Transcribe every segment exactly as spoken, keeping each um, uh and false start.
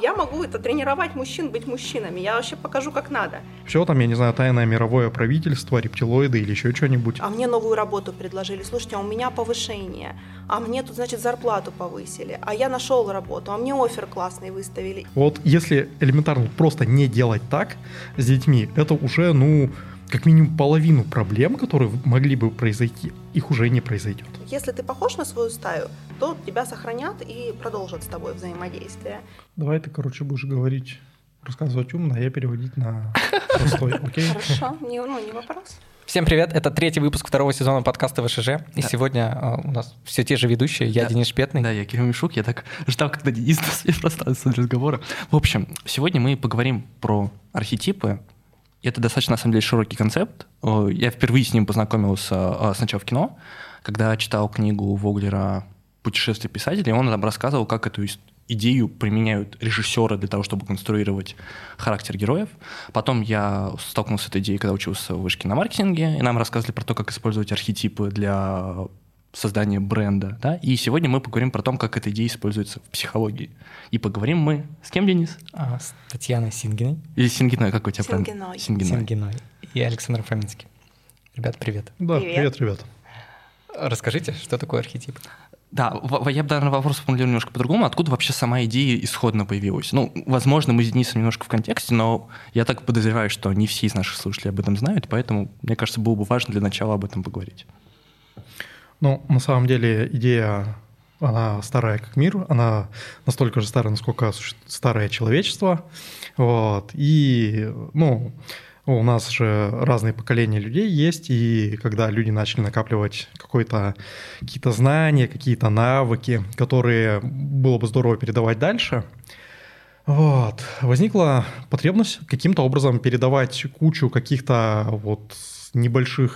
я могу это тренировать мужчин быть мужчинами, я вообще покажу, как надо. Все там, я не знаю, тайное мировое правительство, рептилоиды или еще что-нибудь. А мне новую работу предложили, слушайте, а у меня повышение, а мне тут, значит, зарплату повысили, а я нашел работу, а мне оффер классный выставили. Вот если элементарно просто не делать так с детьми, это уже, ну, как минимум половину проблем, которые могли бы произойти, их уже не произойдет. Если ты похож на свою стаю, то тебя сохранят и продолжат с тобой взаимодействие. Давай ты, короче, будешь говорить, рассказывать умно, а я переводить на простой, окей? Хорошо, не, ну, не вопрос. Всем привет, это третий выпуск второго сезона подкаста ВШЖ, и да. сегодня uh, у нас все те же ведущие, я да. Денис Шпетный. Да, я Кирилл Мишук, я так ждал, когда Денис нас проставится для разговора. В общем, сегодня мы поговорим про архетипы. Это достаточно, на самом деле, широкий концепт. Я впервые с ним познакомился сначала в кино, когда читал книгу Воглера «Путешествие писателей», он там рассказывал, как эту идею применяют режиссеры для того, чтобы конструировать характер героев. Потом я столкнулся с этой идеей, когда учился в вышке на маркетинге, и нам рассказывали про то, как использовать архетипы для создания бренда. Да? И сегодня мы поговорим про то, как эта идея используется в психологии. И поговорим мы с кем, Денис? А, с Татьяной Сингиной. Или Сингиной, как у тебя Сингиной. правильно? Сингиной. Сингиной. И Александром Фоминским. Ребят, привет. Да, привет, привет, ребят. Расскажите, что такое архетип? Да, я бы, наверное, вопрос сформулировал немножко по-другому. Откуда вообще сама идея исходно появилась? Ну, возможно, мы с Денисом немножко в контексте, но я так подозреваю, что не все из наших слушателей об этом знают, поэтому, мне кажется, было бы важно для начала об этом поговорить. Ну, на самом деле, идея, она старая как мир, она настолько же старая, насколько старое человечество. Вот. И, ну, у нас же разные поколения людей есть, и когда люди начали накапливать какое-то, какие-то знания, какие-то навыки, которые было бы здорово передавать дальше, вот, возникла потребность каким-то образом передавать кучу каких-то вот небольших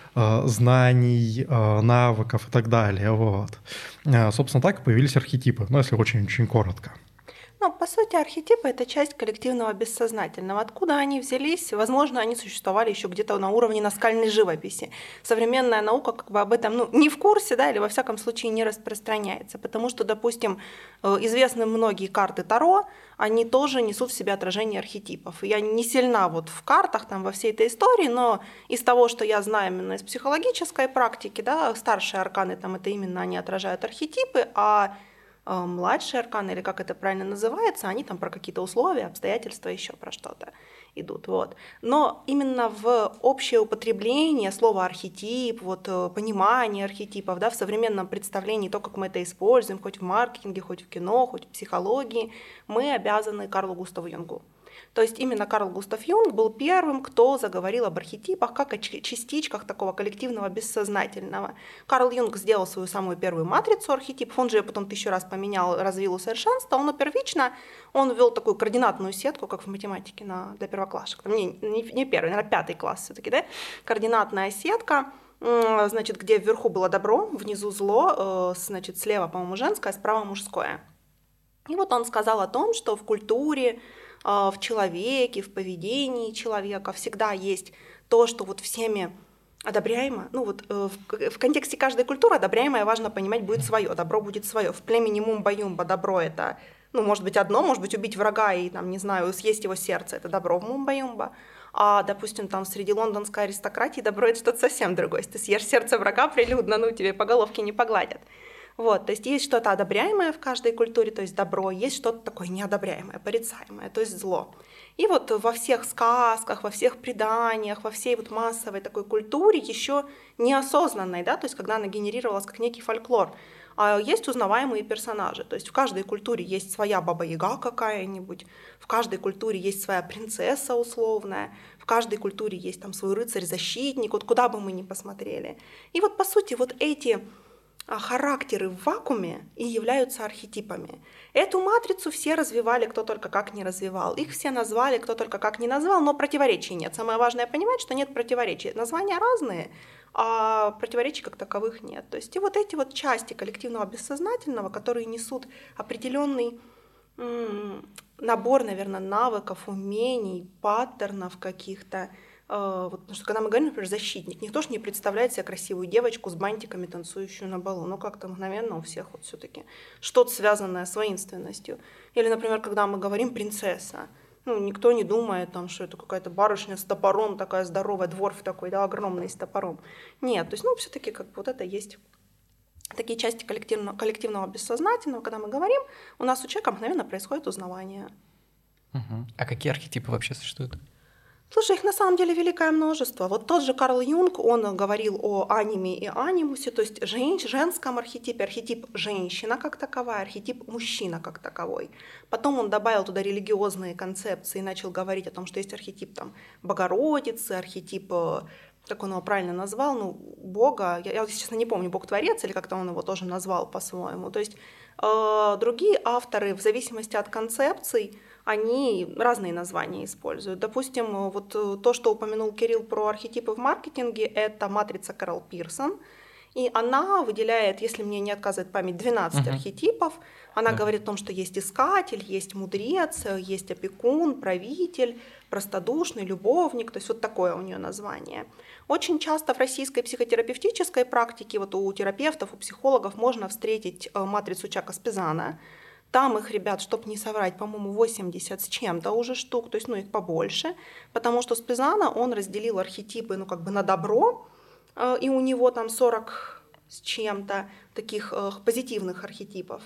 знаний, навыков и так далее. Вот. Собственно, так и появились архетипы, ну, если очень-очень коротко. Ну, по сути, архетипы – это часть коллективного бессознательного. Откуда они взялись? Возможно, они существовали еще где-то на уровне наскальной живописи. Современная наука как бы об этом ну, не в курсе, да, или во всяком случае не распространяется, потому что, допустим, известны многие карты Таро, они тоже несут в себе отражение архетипов. Я не сильна вот в картах, там, во всей этой истории, но из того, что я знаю именно из психологической практики, да, старшие арканы, там, это именно они отражают архетипы, а младшие арканы, или как это правильно называется, они там про какие-то условия, обстоятельства, еще про что-то идут. Вот. Но именно в общее употребление слова архетип, вот, понимание архетипов, да, в современном представлении, то, как мы это используем, хоть в маркетинге, хоть в кино, хоть в психологии, мы обязаны Карлу Густаву Юнгу. То есть именно Карл Густав Юнг был первым, кто заговорил об архетипах как о частичках такого коллективного бессознательного. Карл Юнг сделал свою самую первую матрицу архетипов, он же ее потом тысячу раз поменял, развил, усовершенствовал, но первично он ввел такую координатную сетку, как в математике на, для первоклашек. Не, не, не первый, наверное, пятый класс все-таки, да? Координатная сетка, значит, где вверху было добро, внизу зло, значит, слева, по-моему, женское, справа мужское. И вот он сказал о том, что в культуре, в человеке, в поведении человека всегда есть то, что вот всеми одобряемо. Ну вот в, в контексте каждой культуры одобряемое важно понимать будет свое, добро будет свое. В племени Мумба-Юмба добро это, ну может быть одно, может быть убить врага и там, не знаю, съесть его сердце, это добро в Мумба-Юмба. А, допустим, там среди лондонской аристократии добро это что-то совсем другое. Если ты съешь сердце врага прилюдно, ну тебе по головке не погладят. Вот, то есть есть что-то одобряемое в каждой культуре, то есть добро, есть что-то такое неодобряемое, порицаемое, то есть зло. И вот во всех сказках, во всех преданиях, во всей вот массовой такой культуре, еще неосознанной, да, то есть когда она генерировалась как некий фольклор, есть узнаваемые персонажи. То есть в каждой культуре есть своя баба-яга какая-нибудь, в каждой культуре есть своя принцесса условная, в каждой культуре есть там свой рыцарь-защитник, вот куда бы мы ни посмотрели. И вот по сути вот эти характеры в вакууме и являются архетипами. Эту матрицу все развивали, кто только как не развивал. Их все назвали, кто только как не назвал, но противоречий нет. Самое важное понимать, что нет противоречий. Названия разные, а противоречий как таковых нет. То есть и вот эти вот части коллективного бессознательного, которые несут определенный м- набор, наверное, навыков, умений, паттернов каких-то, Вот, потому что когда мы говорим, например, защитник, никто же не представляет себе красивую девочку с бантиками, танцующую на балу. Ну, как-то мгновенно у всех вот все-таки что-то связанное с воинственностью. Или, например, когда мы говорим принцесса, ну, никто не думает, там, что это какая-то барышня с топором, такая здоровая, дворф такой, да, огромный с топором. Нет, то есть, ну, все-таки как бы вот это есть такие части коллективного, коллективного бессознательного. Когда мы говорим, у нас у человека мгновенно происходит узнавание. Угу. А какие архетипы вообще существуют? Слушай, их на самом деле великое множество. Вот тот же Карл Юнг, он говорил о аниме и анимусе, то есть жен, женском архетипе, архетип женщина как таковая, архетип мужчина как таковой. Потом он добавил туда религиозные концепции и начал говорить о том, что есть архетип там, Богородицы, архетип, как он его правильно назвал, ну, Бога, я, я честно не помню, Бог-творец или как-то он его тоже назвал по-своему. То есть э, другие авторы в зависимости от концепций, они разные названия используют. Допустим, вот то, что упомянул Кирилл про архетипы в маркетинге, это матрица Кэрол Пирсон. И она выделяет, если мне не отказывает память, двенадцать uh-huh. архетипов. Она да. говорит о том, что есть искатель, есть мудрец, есть опекун, правитель, простодушный, любовник. То есть вот такое у нее название. Очень часто в российской психотерапевтической практике, вот у терапевтов, у психологов можно встретить матрицу Чака Спизана. Там их, ребят, чтобы не соврать, по-моему, восемьдесят с чем-то уже штук, то есть, ну, их побольше, потому что Спизана, он разделил архетипы, ну, как бы на добро, и у него там сорок с чем-то таких позитивных архетипов,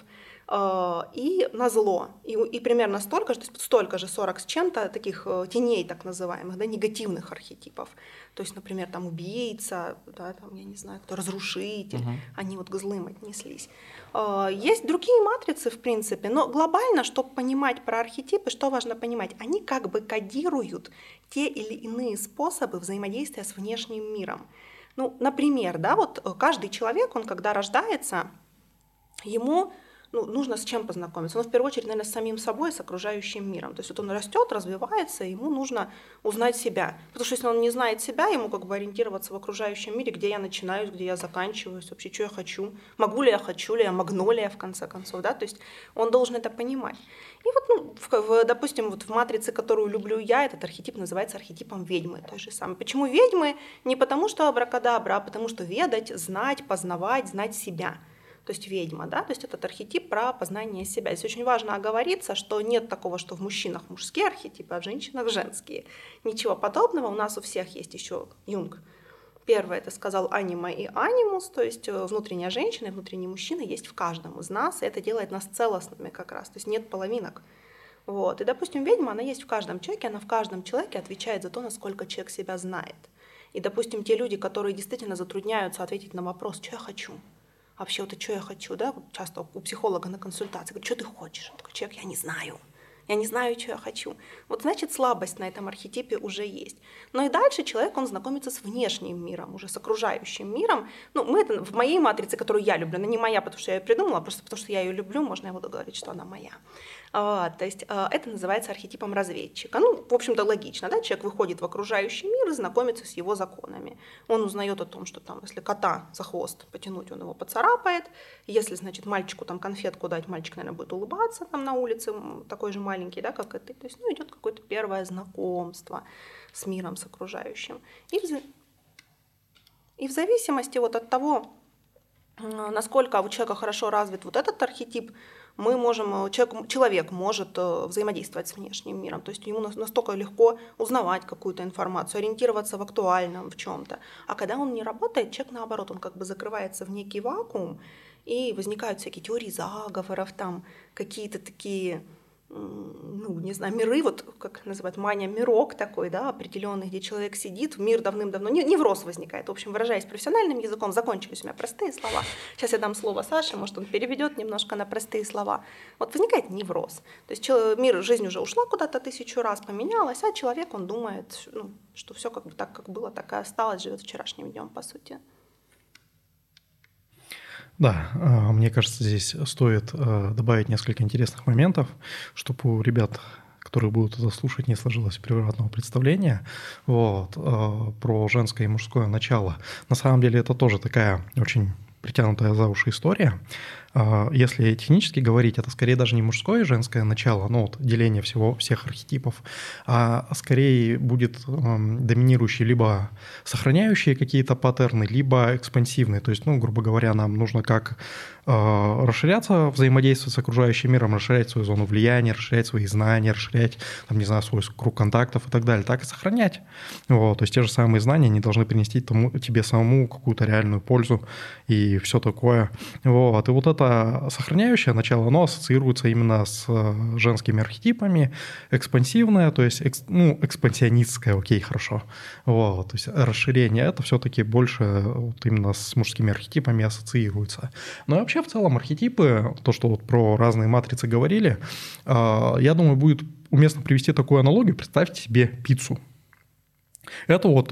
и на зло, и, и примерно столько же, то есть столько же, сорок с чем-то таких теней, так называемых, да, негативных архетипов. То есть, например, там убийца, да, там, я не знаю, кто разрушитель, uh-huh. они вот к злым отнеслись. Есть другие матрицы, в принципе, но глобально, чтобы понимать про архетипы, что важно понимать, они как бы кодируют те или иные способы взаимодействия с внешним миром. Ну, например, да, вот каждый человек, он когда рождается, ему ну, нужно с чем познакомиться. Он в первую очередь, наверное, с самим собой, с окружающим миром. То есть вот он растет, развивается, ему нужно узнать себя. Потому что если он не знает себя, ему как бы ориентироваться в окружающем мире, где я начинаюсь, где я заканчиваюсь, вообще, что я хочу, могу ли я, хочу ли я, магнолия, в конце концов, да, то есть он должен это понимать. И вот, ну, в, в, допустим, вот в матрице, которую люблю я, этот архетип называется архетипом ведьмы, той же самой. Почему ведьмы? Не потому что абракадабра, а потому что ведать, знать, познавать, знать себя. То есть ведьма, да, то есть этот архетип про познание себя. Здесь очень важно оговориться, что нет такого, что в мужчинах мужские архетипы, а в женщинах женские. Ничего подобного, у нас у всех есть еще Юнг. Первое, это сказал анима и анимус, то есть внутренняя женщина и внутренний мужчина есть в каждом из нас, и это делает нас целостными как раз, то есть нет половинок. Вот. И, допустим, ведьма, она есть в каждом человеке, она в каждом человеке отвечает за то, насколько человек себя знает. И, допустим, те люди, которые действительно затрудняются ответить на вопрос, что я хочу, вообще, вот, что я хочу, да, часто у психолога на консультации, говорит, что ты хочешь? Он такой, человек, я не знаю, я не знаю, что я хочу. Вот, значит, слабость на этом архетипе уже есть. Но и дальше человек, он знакомится с внешним миром, уже с окружающим миром. Ну, мы это в моей матрице, которую я люблю, она не моя, потому что я ее придумала, просто потому что я ее люблю, можно я буду говорить, что она моя. А, то есть а, это называется архетипом разведчика. Ну, в общем-то, логично, да, человек выходит в окружающий мир и знакомится с его законами. Он узнает о том, что там, если кота за хвост потянуть, он его поцарапает. Если, значит, мальчику там конфетку дать, мальчик, наверное, будет улыбаться там на улице, такой же маленький, да, как и ты. То есть, ну, идет какое-то первое знакомство с миром, с окружающим. И в, и в зависимости вот от того, насколько у человека хорошо развит вот этот архетип, мы можем, человек, человек может взаимодействовать с внешним миром, то есть ему настолько легко узнавать какую-то информацию, ориентироваться в актуальном, в чем-то. А когда он не работает, человек, наоборот, он как бы закрывается в некий вакуум, и возникают всякие теории заговоров, там какие-то такие, ну, не знаю, миры, вот как называют, мания мирок такой, да, определенный, где человек сидит, мир давным-давно, невроз возникает. В общем, выражаясь профессиональным языком, закончились у меня простые слова. Сейчас я дам слово Саше, может, он переведет немножко на простые слова. Вот возникает невроз. То есть мир, жизнь уже ушла куда-то тысячу раз, поменялась, а человек, он думает, ну, что все как бы так, как было, так и осталось, живет вчерашним днем, по сути. Да, мне кажется, здесь стоит добавить несколько интересных моментов, чтобы у ребят, которые будут это слушать, не сложилось превратного представления вот, про женское и мужское начало. На самом деле это тоже такая очень притянутая за уши история. если технически говорить, это скорее даже не мужское и женское начало, ну вот деление всего, всех архетипов, а скорее будет доминирующий либо сохраняющие какие-то паттерны, либо экспансивные. То есть, ну, грубо говоря, нам нужно как расширяться, взаимодействовать с окружающим миром, расширять свою зону влияния, расширять свои знания, расширять, там, не знаю, свой круг контактов и так далее, так и сохранять. Вот, то есть те же самые знания, они должны принести тому, тебе самому какую-то реальную пользу и все такое. Вот. И вот это сохраняющее начало, оно ассоциируется именно с женскими архетипами, экспансивное, то есть экс, ну, экспансионистское, окей, хорошо. Вот. То есть расширение, это все-таки больше вот именно с мужскими архетипами ассоциируется. Но и вообще в целом архетипы, то, что вот про разные матрицы говорили, я думаю, будет уместно привести такую аналогию. Представьте себе пиццу. Это вот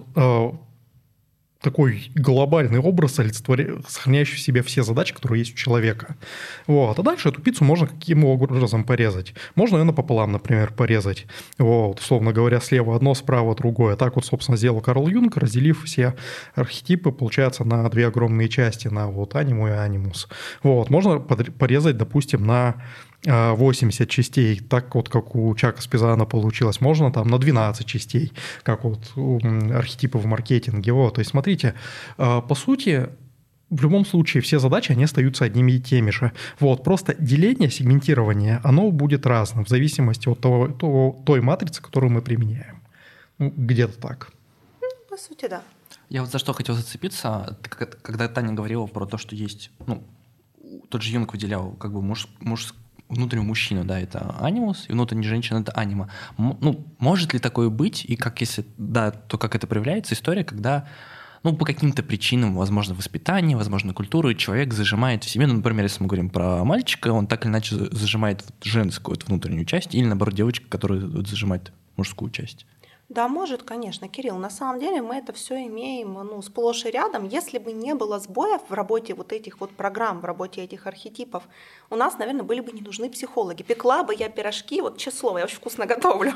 такой глобальный образ, сохраняющий в себе все задачи, которые есть у человека. Вот. А дальше эту пиццу можно каким образом порезать. Можно ее напополам, например, порезать. Вот. Условно говоря, слева одно, справа другое. Так вот, собственно, сделал Карл Юнг, разделив все архетипы, получается, на две огромные части, на вот аниму и анимус. Вот. Можно порезать, допустим, на восемьдесят частей, так вот, как у Чака Спизана получилось. Можно там на двенадцать частей, как вот архетипы в маркетинге. Вот. То есть, смотрите, по сути, в любом случае все задачи, они остаются одними и теми же. Вот. Просто деление, сегментирование, оно будет разным в зависимости от того, того, той матрицы, которую мы применяем. Ну, где-то так. По сути, да. Я вот за что хотел зацепиться, когда Таня говорила про то, что есть, ну, тот же Юнг выделял как бы муж, муж, внутреннего мужчину, да, это анимус, и внутренняя женщина — это анима. М- ну, может ли такое быть, и как, если да, то как это проявляется? История, когда, ну, по каким-то причинам, возможно, воспитание, возможно, культуру, человек зажимает в себе, ну, например, если мы говорим про мальчика, он так или иначе зажимает женскую вот, внутреннюю часть, или, наоборот, девочка, которая вот, зажимает мужскую часть. Да, может, конечно, Кирилл. На самом деле мы это все имеем, ну, сплошь и рядом. Если бы не было сбоев в работе вот этих вот программ, в работе этих архетипов, у нас, наверное, были бы не нужны психологи. Пекла бы я пирожки, вот честное слово, я очень вкусно готовлю.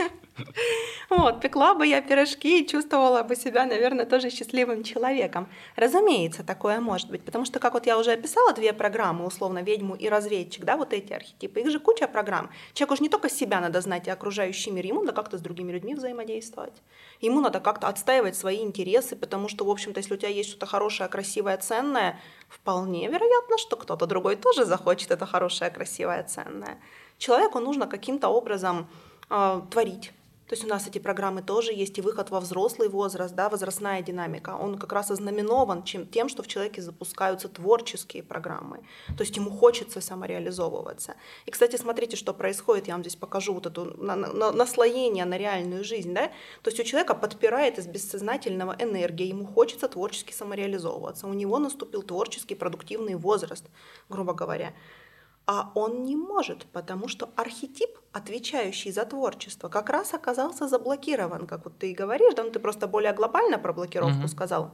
Вот, пекла бы я пирожки и чувствовала бы себя, наверное, тоже счастливым человеком. Разумеется, такое может быть, потому что, как вот я уже описала, две программы, условно, ведьму и разведчик, да, вот эти архетипы, их же куча программ. Человеку же не только себя надо знать, и окружающий мир, ему надо как-то с другими людьми взаимодействовать. Ему надо как-то отстаивать свои интересы, потому что, в общем-то, если у тебя есть что-то хорошее, красивое, ценное, вполне вероятно, что кто-то другой тоже захочет это хорошее, красивое, ценное. Человеку нужно каким-то образом э, творить. То есть у нас эти программы тоже есть, и выход во взрослый возраст, да, возрастная динамика, он как раз ознаменован чем, тем, что в человеке запускаются творческие программы. То есть ему хочется самореализовываться. И, кстати, смотрите, что происходит, я вам здесь покажу вот это на, на, наслоение на реальную жизнь. Да? То есть у человека подпирает из бессознательного энергия, ему хочется творчески самореализовываться, у него наступил творческий продуктивный возраст, грубо говоря. А он не может, потому что архетип, отвечающий за творчество, как раз оказался заблокирован, как вот ты и говоришь, да, ну ты просто более глобально про блокировку mm-hmm. сказал.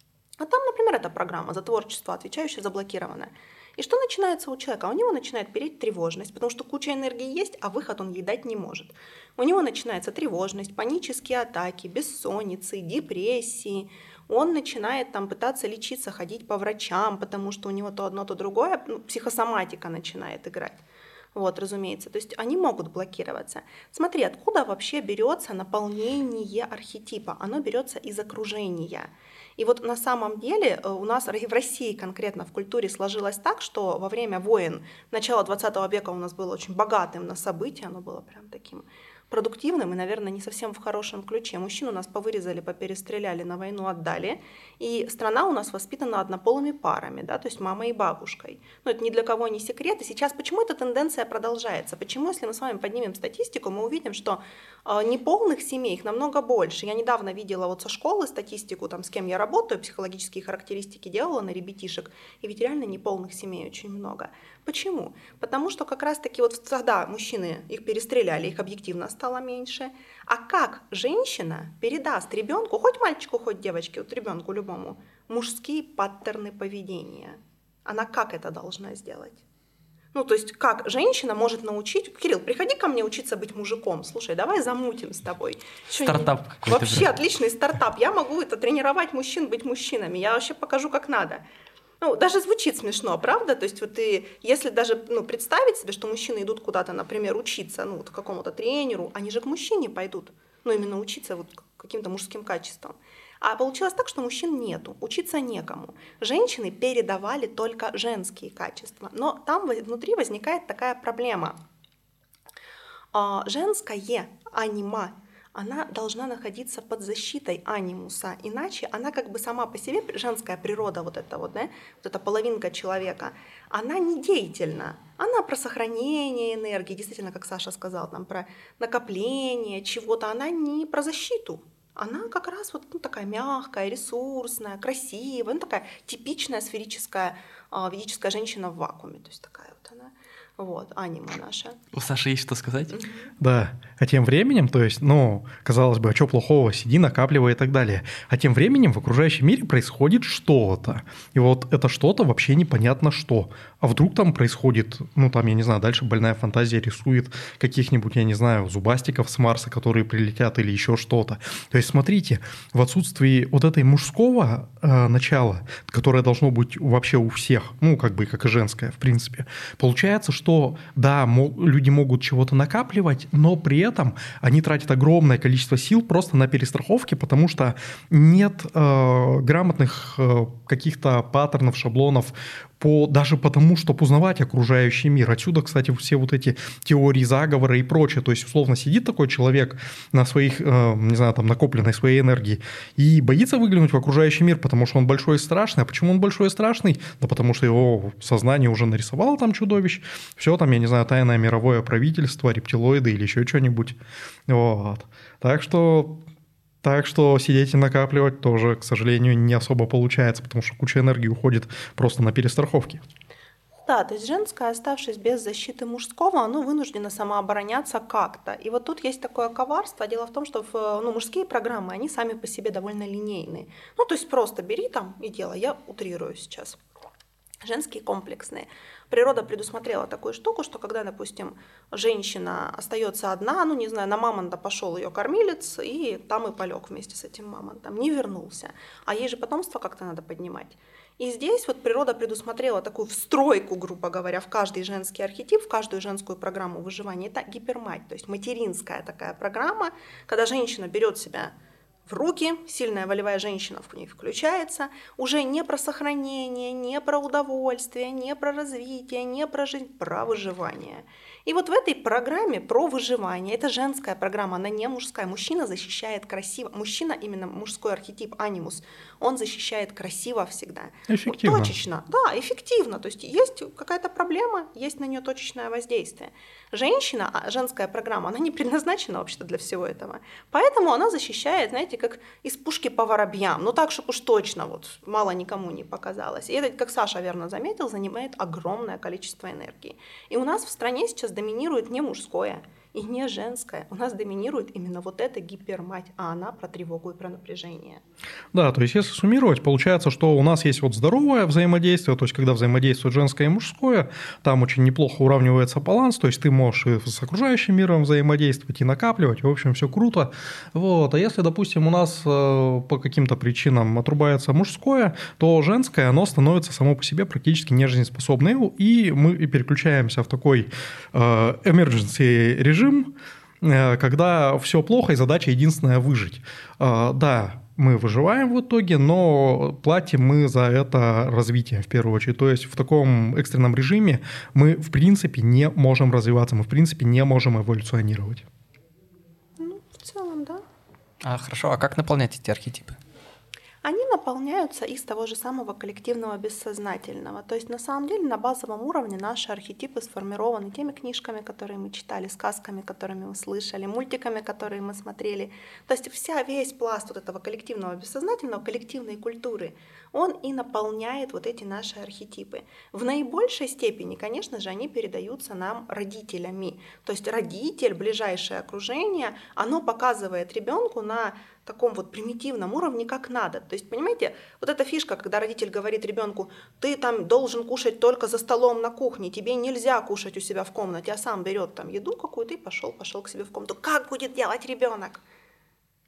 А там, например, эта программа за творчество, отвечающая, заблокирована. И что начинается у человека? У него начинает переть тревожность, потому что куча энергии есть, а выход он ей дать не может. У него начинается тревожность, панические атаки, бессонницы, депрессии. Он начинает там пытаться лечиться, ходить по врачам, потому что у него то одно, то другое, ну, психосоматика начинает играть. Вот, разумеется, то есть они могут блокироваться. Смотри, откуда вообще берется наполнение архетипа? Оно берется из окружения. И вот на самом деле у нас в России конкретно в культуре сложилось так, что во время войн начала двадцатого века у нас было очень богатым на события, оно было прям таким продуктивным и, наверное, не совсем в хорошем ключе. Мужчин у нас повырезали, поперестреляли, на войну отдали. И страна у нас воспитана однополыми парами, да, то есть мамой и бабушкой. Но это ни для кого не секрет. И сейчас почему эта тенденция продолжается? Почему, если мы с вами поднимем статистику, мы увидим, что э, неполных семей их намного больше. Я недавно видела вот со школы статистику, там, с кем я работаю, психологические характеристики делала на ребятишек, и ведь реально неполных семей очень много. Почему? Потому что как раз-таки вот тогда мужчины их перестреляли, их объективно стало меньше. А как женщина передаст ребенку, хоть мальчику, хоть девочке, вот ребенку любому, мужские паттерны поведения? Она как это должна сделать? Ну, то есть как женщина может научить... Кирилл, приходи ко мне учиться быть мужиком. Слушай, давай замутим с тобой. Еще стартап не... Вообще отличный стартап. Я могу это тренировать мужчин быть мужчинами. Я вообще покажу, как надо. Ну, даже звучит смешно, правда? То есть вот и если даже ну, представить себе, что мужчины идут куда-то, например, учиться, ну, вот к какому-то тренеру, они же к мужчине пойдут, ну, именно учиться вот каким-то мужским качествам. А получилось так, что мужчин нету, учиться некому. Женщины передавали только женские качества. Но там внутри возникает такая проблема. Женское анима, она должна находиться под защитой анимуса, иначе она как бы сама по себе, женская природа, вот эта вот, да, вот эта половинка человека, она не деятельна. Она про сохранение энергии, действительно, как Саша сказал, там, про накопление чего-то, она не про защиту. Она как раз вот ну, такая мягкая, ресурсная, красивая, ну, такая типичная сферическая э, ведическая женщина в вакууме, то есть такая вот она. Вот, анима наша. У Саши есть что сказать? Mm-hmm. Да, а тем временем, то есть, ну, казалось бы, а что плохого, сиди, накапливай и так далее. А тем временем в окружающем мире происходит что-то. И вот это что-то вообще непонятно что. А вдруг там происходит, ну, там, я не знаю, дальше больная фантазия рисует каких-нибудь, я не знаю, зубастиков с Марса, которые прилетят или еще что-то. То есть, смотрите, в отсутствии вот этой мужского э, начала, которое должно быть вообще у всех, ну, как бы, как и женское, в принципе, получается, что что, да, люди могут чего-то накапливать, но при этом они тратят огромное количество сил просто на перестраховки, потому что нет э, грамотных э, каких-то паттернов, шаблонов, по, даже потому, чтобы узнавать окружающий мир. Отсюда, кстати, все вот эти теории заговора и прочее. То есть, условно, сидит такой человек на своих, э, не знаю, там, накопленной своей энергии и боится выглянуть в окружающий мир, потому что он большой и страшный. А почему он большой и страшный? Да потому что его сознание уже нарисовало там чудовищ. Все там, я не знаю, тайное мировое правительство, рептилоиды или еще что-нибудь. Вот. Так что... Так что сидеть и накапливать тоже, к сожалению, не особо получается, потому что куча энергии уходит просто на перестраховки. Да, то есть женское, оставшись без защиты мужского, оно вынуждено самообороняться как-то. И вот тут есть такое коварство. Дело в том, что в, ну, мужские программы, они сами по себе довольно линейные. Ну, то есть просто бери там и делай. Я утрирую сейчас. Женские комплексные. Природа предусмотрела такую штуку, что когда, допустим, женщина остается одна, ну, не знаю, на мамонта пошел ее кормилец, и там и полег вместе с этим мамонтом, не вернулся. А ей же потомство как-то надо поднимать. И здесь вот природа предусмотрела такую встройку, грубо говоря, в каждый женский архетип, в каждую женскую программу выживания. Это гипермать, то есть материнская такая программа, когда женщина берет себя в руки, сильная волевая женщина в ней включается, уже не про сохранение, не про удовольствие, не про развитие, не про жизнь, про выживание. И вот в этой программе про выживание, это женская программа, она не мужская, мужчина защищает красиво, мужчина, именно мужской архетип анимус, он защищает красиво всегда. Эффективно. Точечно, да, эффективно, то есть есть какая-то проблема, есть на нее точечное воздействие. Женщина, женская программа, она не предназначена вообще-то для всего этого, поэтому она защищает, знаете, как из пушки по воробьям, ну так, чтобы уж точно вот мало никому не показалось. И это, как Саша верно заметил, занимает огромное количество энергии. И у нас в стране сейчас доминирует не мужское и не женское. У нас доминирует именно вот эта гипермать, а она про тревогу и про напряжение. Да, то есть если суммировать, получается, что у нас есть вот здоровое взаимодействие, то есть когда взаимодействует женское и мужское, там очень неплохо уравнивается баланс, то есть ты можешь и с окружающим миром взаимодействовать, и накапливать, в общем, все круто. Вот. А если, допустим, у нас по каким-то причинам отрубается мужское, то женское, оно становится само по себе практически нежизнеспособным, и мы переключаемся в такой emergency режим, когда все плохо, и задача единственная выжить. Да, мы выживаем в итоге, но платим мы за это развитие в первую очередь. То есть в таком экстренном режиме мы в принципе не можем развиваться, мы в принципе не можем эволюционировать. Ну, в целом, да. А, хорошо, а как наполнять эти архетипы? Они наполняются из того же самого коллективного бессознательного. То есть на самом деле на базовом уровне наши архетипы сформированы теми книжками, которые мы читали, сказками, которыми мы слышали, мультиками, которые мы смотрели. То есть вся, весь пласт вот этого коллективного бессознательного, коллективной культуры, он и наполняет вот эти наши архетипы. В наибольшей степени, конечно же, они передаются нам родителями. То есть родитель, ближайшее окружение, оно показывает ребенку на таком вот примитивном уровне, как надо. То есть, понимаете, вот эта фишка, когда родитель говорит ребенку, ты там должен кушать только за столом на кухне, тебе нельзя кушать у себя в комнате, а сам берет там еду какую-то и пошел, пошел к себе в комнату. Как будет делать ребенок?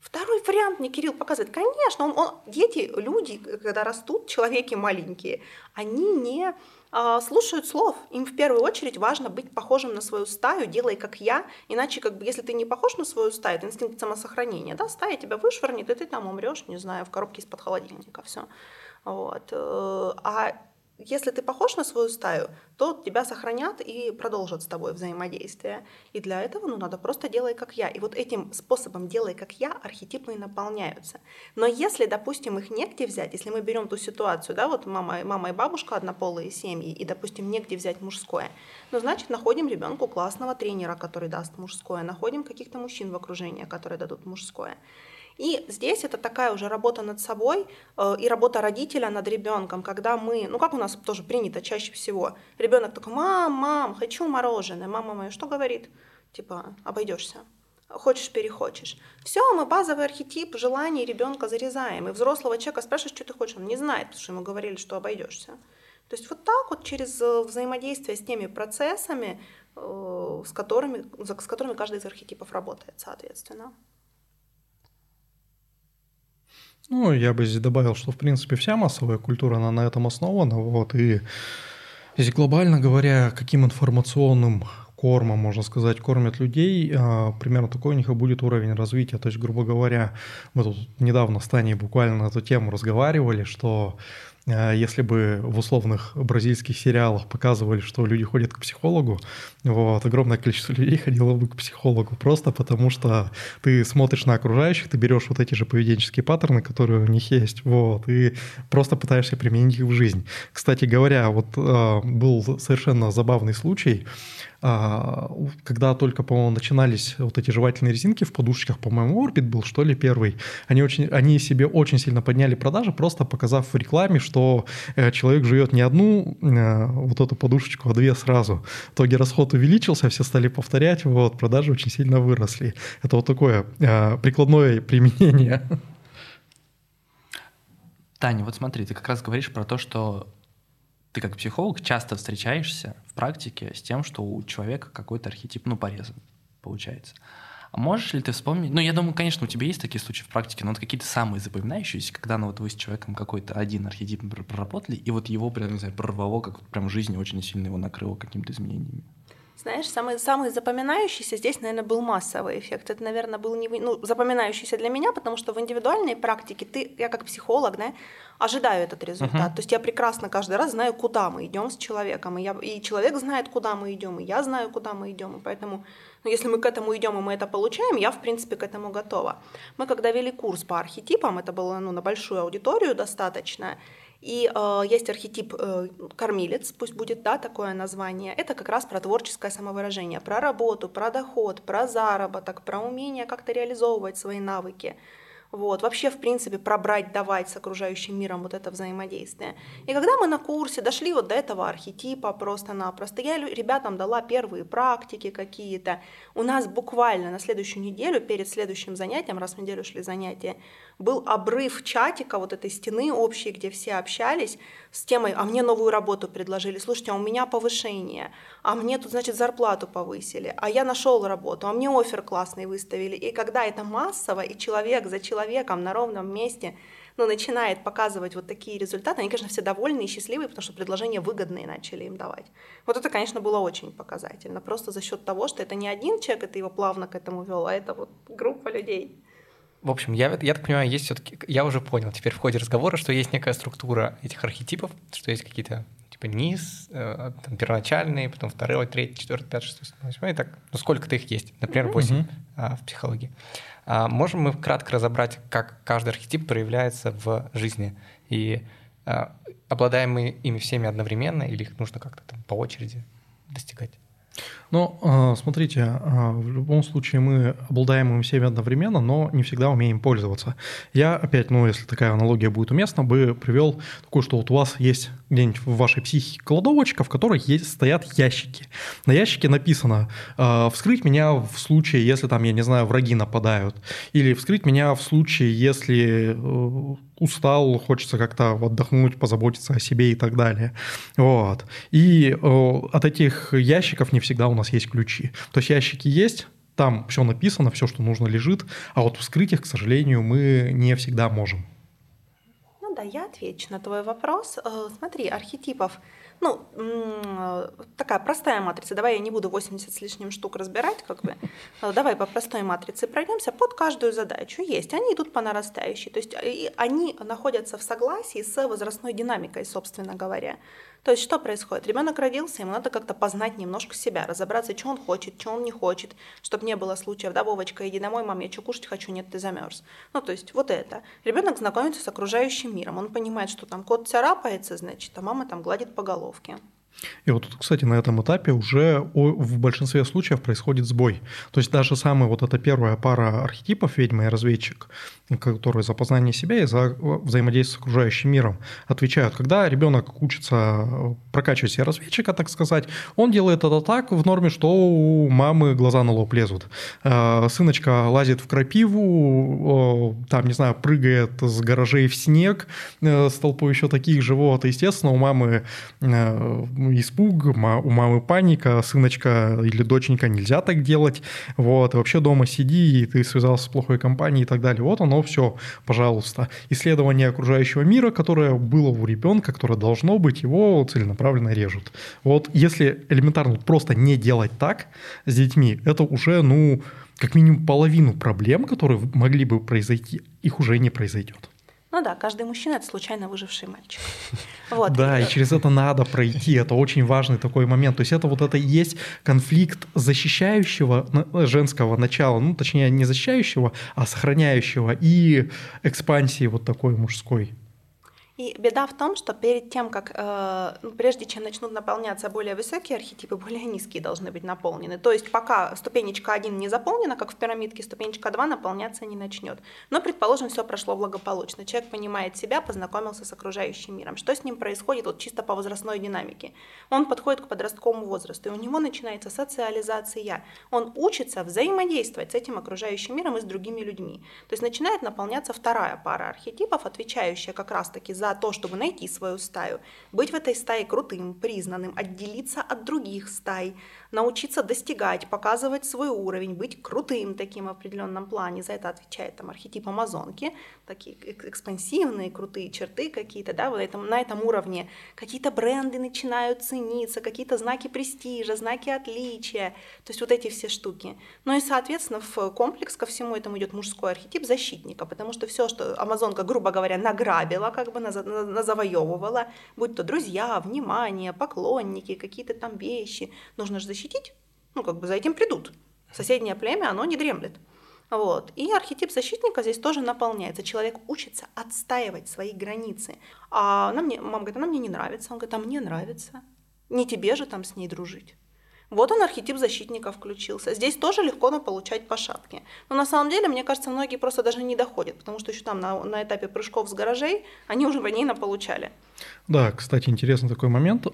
Второй вариант мне Кирилл показывает. Конечно, он, он, дети, люди, когда растут, человеки маленькие, они не а, слушают слов. Им в первую очередь важно быть похожим на свою стаю, делай как я. Иначе, как бы, если ты не похож на свою стаю, это инстинкт самосохранения. Да? Стая тебя вышвырнет, и ты там умрешь, не знаю, в коробке из-под холодильника. Все. Вот. А если ты похож на свою стаю, то тебя сохранят и продолжат с тобой взаимодействие. И для этого ну, надо просто делай как я. И вот этим способом делай как я архетипы и наполняются. Но если, допустим, их негде взять, если мы берем ту ситуацию, да, вот мама, мама и бабушка однополые семьи, и, допустим, негде взять мужское, ну, значит, находим ребенку классного тренера, который даст мужское, находим каких-то мужчин в окружении, которые дадут мужское. И здесь это такая уже работа над собой э, и работа родителя над ребенком, когда мы, ну как у нас тоже принято чаще всего, ребенок такой: мам, мам, хочу мороженое, мама моя что говорит? Типа, обойдешься, хочешь, перехочешь. Все, мы базовый архетип желаний ребенка зарезаем, и взрослого человека спрашиваешь, что ты хочешь, он не знает, потому что ему говорили, что обойдешься. То есть вот так вот через взаимодействие с теми процессами, э, с которыми, с которыми каждый из архетипов работает, соответственно. Ну, я бы здесь добавил, что, в принципе, вся массовая культура, она на этом основана. Вот, и если глобально говоря, каким информационным кормом, можно сказать, кормят людей, примерно такой у них и будет уровень развития. То есть, грубо говоря, мы тут недавно с Таней буквально на эту тему разговаривали, что если бы в условных бразильских сериалах показывали, что люди ходят к психологу, вот, огромное количество людей ходило бы к психологу, просто потому что ты смотришь на окружающих, ты берешь вот эти же поведенческие паттерны, которые у них есть, вот, и просто пытаешься применить их в жизнь. Кстати говоря, вот был совершенно забавный случай, когда только, по-моему, начинались вот эти жевательные резинки в подушечках, по-моему, Orbit был, что ли, первый, они, очень, они себе очень сильно подняли продажи, просто показав в рекламе, что человек жует не одну вот эту подушечку, а две сразу. В итоге расход увеличился, все стали повторять, вот, продажи очень сильно выросли. Это вот такое прикладное применение. Таня, вот смотри, ты как раз говоришь про то, что ты как психолог часто встречаешься в практике с тем, что у человека какой-то архетип, ну, порезан, получается. А можешь ли ты вспомнить, ну, я думаю, конечно, у тебя есть такие случаи в практике, но вот какие-то самые запоминающиеся, когда, ну, вот вы с человеком какой-то один архетип проработали, и вот его прям, не знаю, прорвало, как вот прям жизнь очень сильно его накрыло какими-то изменениями? Знаешь, самый, самый запоминающийся здесь, наверное, был массовый эффект. Это, наверное, был не, ну, запоминающийся для меня, потому что в индивидуальной практике ты, я как психолог, да, ожидаю этот результат. Uh-huh. То есть я прекрасно каждый раз знаю, куда мы идем с человеком, и, я, и человек знает, куда мы идем, и я знаю, куда мы идем, и поэтому, ну, если мы к этому идем и мы это получаем, я, в принципе, к этому готова. Мы, когда вели курс по архетипам, это было, ну, на большую аудиторию достаточно. И э, есть архетип э, кормилец, пусть будет, да, такое название. Это как раз про творческое самовыражение, про работу, про доход, про заработок, про умение как-то реализовывать свои навыки. Вот. Вообще, в принципе, про брать, давать с окружающим миром вот это взаимодействие. И когда мы на курсе дошли вот до этого архетипа просто-напросто, я ребятам дала первые практики какие-то. У нас буквально на следующую неделю, перед следующим занятием, раз в неделю шли занятия, был обрыв чатика, вот этой стены общей, где все общались, с темой: а мне новую работу предложили, слушайте, а у меня повышение, а мне тут, значит, зарплату повысили, а я нашел работу, а мне оффер классный выставили. И когда это массово, и человек за человеком на ровном месте, ну, начинает показывать вот такие результаты, они, конечно, все довольны и счастливые, потому что предложения выгодные начали им давать. Вот это, конечно, было очень показательно, просто за счет того, что это не один человек, это его плавно к этому вел, а это вот группа людей. В общем, я, я так понимаю, есть все-таки, я уже понял теперь в ходе разговора, что есть некая структура этих архетипов, что есть какие-то типа низ, э, там, первоначальные, потом второй, третий, четвертый, пятый, шестой, седьмой, восьмой, и так, ну сколько-то их есть, например, восемь mm-hmm. а, в психологии. А, можем мы кратко разобрать, как каждый архетип проявляется в жизни, и а, обладаем мы ими всеми одновременно, или их нужно как-то там по очереди достигать? Ну, смотрите, в любом случае мы обладаем им всеми одновременно, но не всегда умеем пользоваться. Я опять, ну, если такая аналогия будет уместна, бы привел такую, что вот у вас есть где-нибудь в вашей психике кладовочка, в которой есть, стоят ящики. На ящике написано «вскрыть меня в случае, если там, я не знаю, враги нападают», или «вскрыть меня в случае, если устал, хочется как-то отдохнуть, позаботиться о себе и так далее». Вот. И от этих ящиков не всегда у нас есть ключи. То есть ящики есть, там все написано, все, что нужно, лежит, а вот вскрыть их, к сожалению, мы не всегда можем. Ну да, я отвечу на твой вопрос. Смотри, архетипов, ну, такая простая матрица. Давай я не буду восемьдесят с лишним штук разбирать, как бы. Давай по простой матрице пройдемся. Под каждую задачу есть. Они идут по нарастающей. То есть они находятся в согласии с возрастной динамикой, собственно говоря. То есть что происходит? Ребенок родился, ему надо как-то познать немножко себя, разобраться, что он хочет, что он не хочет, чтобы не было случаев, да, Вовочка, иди домой, мам, я что кушать хочу, нет, ты замерз. Ну, то есть вот это. Ребенок знакомится с окружающим миром, он понимает, что там кот царапается, значит, а мама там гладит по головке. И вот тут, кстати, на этом этапе уже в большинстве случаев происходит сбой. То есть даже самая вот эта первая пара архетипов, ведьма и разведчик, которые за познание себя и за взаимодействие с окружающим миром отвечают. Когда ребенок учится прокачивать себе разведчика, так сказать, он делает это так в норме, что у мамы глаза на лоб лезут. Сыночка лазит в крапиву, там, не знаю, прыгает с гаражей в снег с толпой еще таких же. Вот, естественно, у мамы испуг, у мамы паника, сыночка или доченька, нельзя так делать, вот, и вообще дома сиди, и ты связался с плохой компанией и так далее. Вот оно все, пожалуйста. Исследование окружающего мира, которое было у ребенка, которое должно быть, его целенаправленно режут. Вот если элементарно просто не делать так с детьми, это уже, ну, как минимум половину проблем, которые могли бы произойти, их уже не произойдет. Ну да, каждый мужчина – это случайно выживший мальчик. Вот. Да, и через это надо пройти, это очень важный такой момент. То есть это вот это и есть конфликт защищающего женского начала, ну точнее не защищающего, а сохраняющего, и экспансии вот такой мужской. И беда в том, что перед тем, как, э, ну, прежде чем начнут наполняться более высокие архетипы, более низкие должны быть наполнены. То есть пока ступенечка один не заполнена, как в пирамидке, ступенечка два наполняться не начнет. Но, предположим, все прошло благополучно. Человек понимает себя, познакомился с окружающим миром. Что с ним происходит вот чисто по возрастной динамике? Он подходит к подростковому возрасту, и у него начинается социализация. Он учится взаимодействовать с этим окружающим миром и с другими людьми. То есть начинает наполняться вторая пара архетипов, отвечающая как раз-таки за за то, чтобы найти свою стаю, быть в этой стае крутым, признанным, отделиться от других стай, научиться достигать, показывать свой уровень, быть крутым таким в определенном плане. За это отвечает там архетип амазонки, такие экспансивные, крутые черты какие-то, да, вот этом, на этом уровне какие-то бренды начинают цениться, какие-то знаки престижа, знаки отличия, то есть вот эти все штуки. Ну и, соответственно, в комплекс ко всему этому идет мужской архетип защитника, потому что все, что амазонка, грубо говоря, награбила, как бы назавоевывала, будь то друзья, внимание, поклонники, какие-то там вещи, нужно же защитить, ну как бы за этим придут. Соседнее племя, оно не дремлет. Вот. И архетип защитника здесь тоже наполняется. Человек учится отстаивать свои границы. А она мне, мама говорит, она мне не нравится. Он говорит, а мне нравится. Не тебе же там с ней дружить. Вот он, архетип защитника, включился. Здесь тоже легко получать по шапке. Но на самом деле, мне кажется, многие просто даже не доходят, потому что еще там на, на этапе прыжков с гаражей они уже по ней наполучали. Да, кстати, интересный такой момент.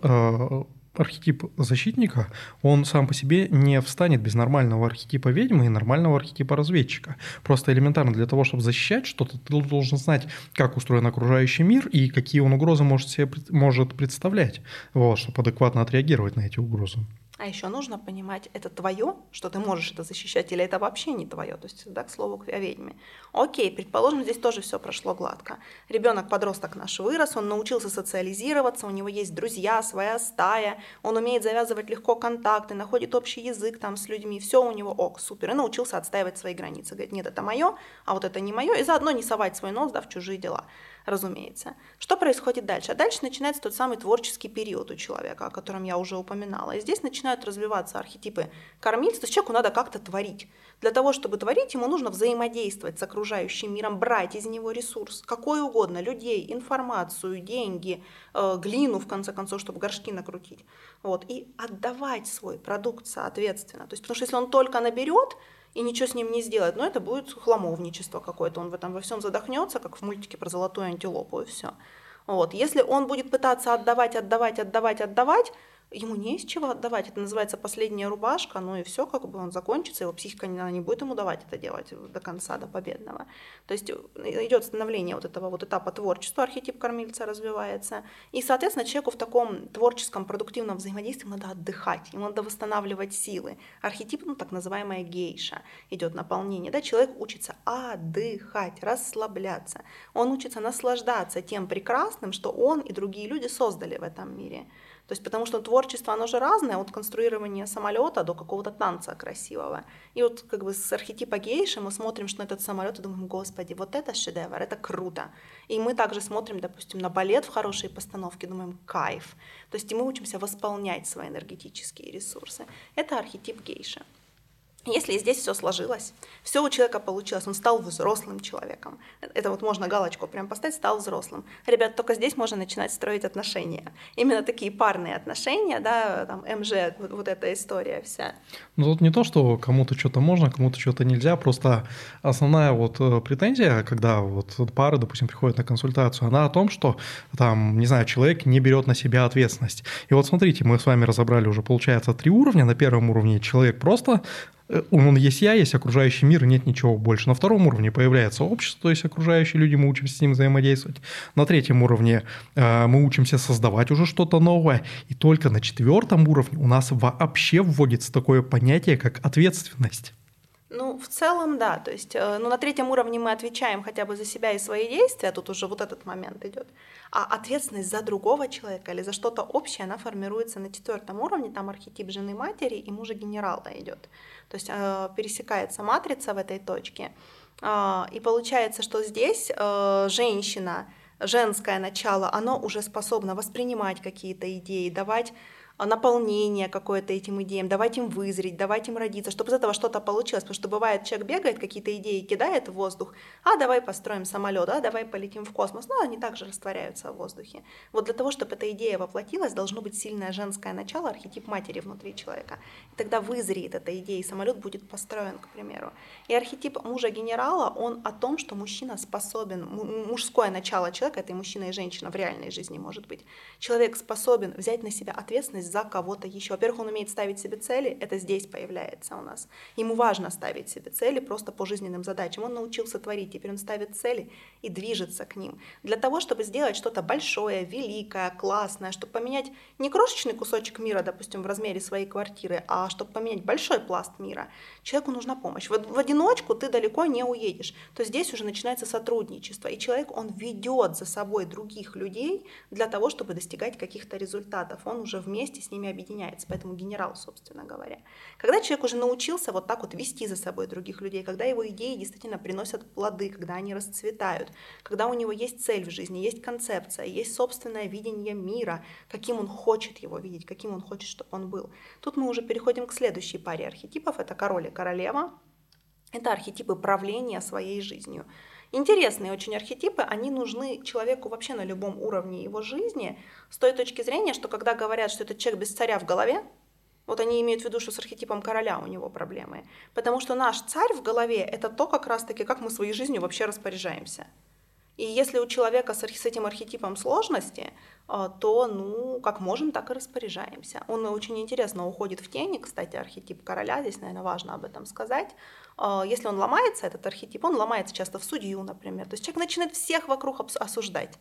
Архетип защитника, он сам по себе не встанет без нормального архетипа ведьмы и нормального архетипа разведчика. Просто элементарно для того, чтобы защищать что-то, ты должен знать, как устроен окружающий мир и какие он угрозы может себе может представлять, вот, чтобы адекватно отреагировать на эти угрозы. А еще нужно понимать, это твое, что ты можешь это защищать, или это вообще не твое. То есть, да, к слову, о ведьме. Окей, предположим, здесь тоже все прошло гладко. Ребенок-подросток наш вырос, он научился социализироваться, у него есть друзья, своя стая, он умеет завязывать легко контакты, находит общий язык там с людьми, все у него ок, супер, и научился отстаивать свои границы. Говорит, нет, это мое, а вот это не мое, и заодно не совать свой нос, да, в чужие дела. Разумеется. Что происходит дальше? А дальше начинается тот самый творческий период у человека, о котором я уже упоминала. И здесь начинают развиваться архетипы кормильца. То есть человеку надо как-то творить. Для того, чтобы творить, ему нужно взаимодействовать с окружающим миром, брать из него ресурс, какой угодно, людей, информацию, деньги, э, глину, в конце концов, чтобы горшки накрутить. Вот. И отдавать свой продукт соответственно. То есть, потому что если он только наберет, и ничего с ним не сделать, но это будет хламовничество какое-то, он в этом во всем задохнется, как в мультике про золотую антилопу, и все. Вот. Если он будет пытаться отдавать, отдавать, отдавать, отдавать, ему не из чего отдавать. Это называется последняя рубашка, ну и все, как бы он закончится, его психика не, не будет ему давать это делать до конца, до победного. То есть идет становление вот этого вот этапа творчества, архетип кормильца развивается. И, соответственно, человеку в таком творческом, продуктивном взаимодействии надо отдыхать, ему надо восстанавливать силы. Архетип, ну так называемая гейша, идет наполнение. Да? Человек учится отдыхать, расслабляться. Он учится наслаждаться тем прекрасным, что он и другие люди создали в этом мире. То есть потому что творчество, оно же разное, от конструирования самолета до какого-то танца красивого. И вот как бы с архетипа гейши мы смотрим на этот самолет и думаем, господи, вот это шедевр, это круто. И мы также смотрим, допустим, на балет в хорошей постановке, думаем, кайф. То есть и мы учимся восполнять свои энергетические ресурсы. Это архетип гейши. Если здесь все сложилось, все у человека получилось, он стал взрослым человеком. Это вот можно галочку прям поставить, стал взрослым. Ребят, только здесь можно начинать строить отношения. Именно такие парные отношения, да, там, эм жэ, вот, вот эта история вся. Ну тут не то, что кому-то что-то можно, кому-то что-то нельзя, просто основная вот претензия, когда вот пары, допустим, приходят на консультацию, она о том, что там, не знаю, человек не берет на себя ответственность. И вот смотрите, мы с вами разобрали уже, получается, три уровня. На первом уровне человек просто... Он есть я, есть окружающий мир, нет ничего больше. На втором уровне появляется общество, то есть окружающие люди, мы учимся с ним взаимодействовать. На третьем уровне э, мы учимся создавать уже что-то новое. И только на четвертом уровне у нас вообще вводится такое понятие, как ответственность. Ну, в целом, да. То есть, э, ну, на третьем уровне мы отвечаем хотя бы за себя и свои действия, тут уже вот этот момент идет. А ответственность за другого человека или за что-то общее, она формируется на четвертом уровне, там архетип жены матери и мужа генерала идет. То есть э, пересекается матрица в этой точке. Э, и получается, что здесь э, женщина, женское начало, оно уже способно воспринимать какие-то идеи, давать наполнение какое-то этим идеям, давать им вызреть, давать им родиться, чтобы из этого что-то получилось. Потому что бывает, человек бегает, какие-то идеи кидает в воздух, а давай построим самолет, а давай полетим в космос. Ну, они также растворяются в воздухе. Вот для того, чтобы эта идея воплотилась, должно быть сильное женское начало, архетип матери внутри человека. И тогда вызреет эта идея, и самолет будет построен, к примеру. И архетип мужа-генерала, он о том, что мужчина способен, мужское начало человека, это и мужчина, и женщина в реальной жизни может быть, человек способен взять на себя ответственность за кого-то еще. Во-первых, он умеет ставить себе цели, это здесь появляется у нас. Ему важно ставить себе цели просто по жизненным задачам. Он научился творить, теперь он ставит цели и движется к ним. Для того, чтобы сделать что-то большое, великое, классное, чтобы поменять не крошечный кусочек мира, допустим, в размере своей квартиры, а чтобы поменять большой пласт мира, человеку нужна помощь. В одиночку ты далеко не уедешь. То здесь уже начинается сотрудничество, и человек, он ведет за собой других людей для того, чтобы достигать каких-то результатов. Он уже вместе с ними объединяется, поэтому генерал, собственно говоря. Когда человек уже научился вот так вот вести за собой других людей, когда его идеи действительно приносят плоды, когда они расцветают, когда у него есть цель в жизни, есть концепция, есть собственное видение мира, каким он хочет его видеть, каким он хочет, чтобы он был. Тут мы уже переходим к следующей паре архетипов, это король и королева. Это архетипы правления своей жизнью. Интересные очень архетипы, они нужны человеку вообще на любом уровне его жизни, с той точки зрения, что когда говорят, что этот человек без царя в голове, вот они имеют в виду, что с архетипом короля у него проблемы. Потому что наш царь в голове – это то, как раз-таки, как мы своей жизнью вообще распоряжаемся. И если у человека с этим архетипом сложности, то, ну, как можем, так и распоряжаемся. Он очень интересно уходит в тени, кстати, архетип короля, здесь, наверное, важно об этом сказать. Если он ломается, этот архетип, он ломается часто в судью, например. То есть человек начинает всех вокруг осуждать.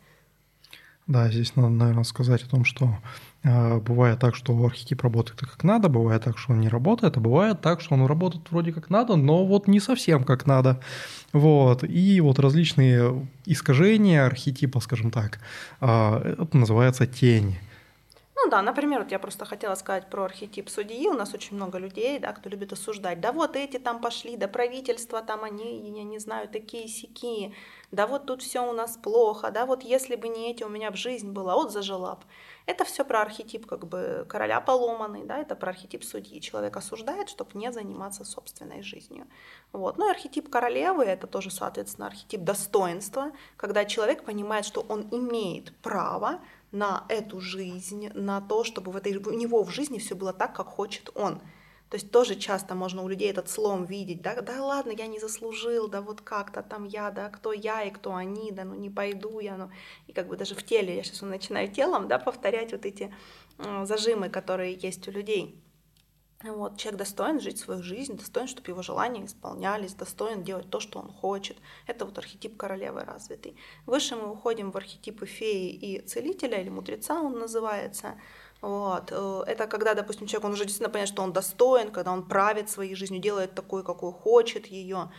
Да, здесь надо, наверное, сказать о том, что э, бывает так, что архетип работает как надо, бывает так, что он не работает, а бывает так, что он работает вроде как надо, но вот не совсем как надо. Вот. И вот различные искажения архетипа, скажем так, э, это называется тень. Ну да, например, вот я просто хотела сказать про архетип судьи. У нас очень много людей, да, кто любит осуждать. Да вот эти там пошли, да правительство там они, я не знаю, такие-сякие. Да вот тут все у нас плохо. Да вот если бы не эти, у меня бы жизнь была, вот зажила б. Это все про архетип как бы короля поломанный, да, это про архетип судьи. Человек осуждает, чтобы не заниматься собственной жизнью. Вот. Ну и архетип королевы, это тоже, соответственно, архетип достоинства, когда человек понимает, что он имеет право на эту жизнь, на то, чтобы в этой, у него в жизни все было так, как хочет он. То есть тоже часто можно у людей этот слом видеть, да, да ладно, я не заслужил, да вот как-то там я, да, кто я и кто они, да, ну не пойду я, ну, и как бы даже в теле, я сейчас начинаю телом, да, повторять вот эти э, зажимы, которые есть у людей. Вот, человек достоин жить свою жизнь, достоин, чтобы его желания исполнялись, достоин делать то, что он хочет. Это вот архетип королевы развитый. Выше мы уходим в архетипы феи и целителя, или мудреца он называется. Вот. Это когда, допустим, человек, он уже действительно понимает, что он достоин, когда он правит своей жизнью, делает такой, какой хочет ее.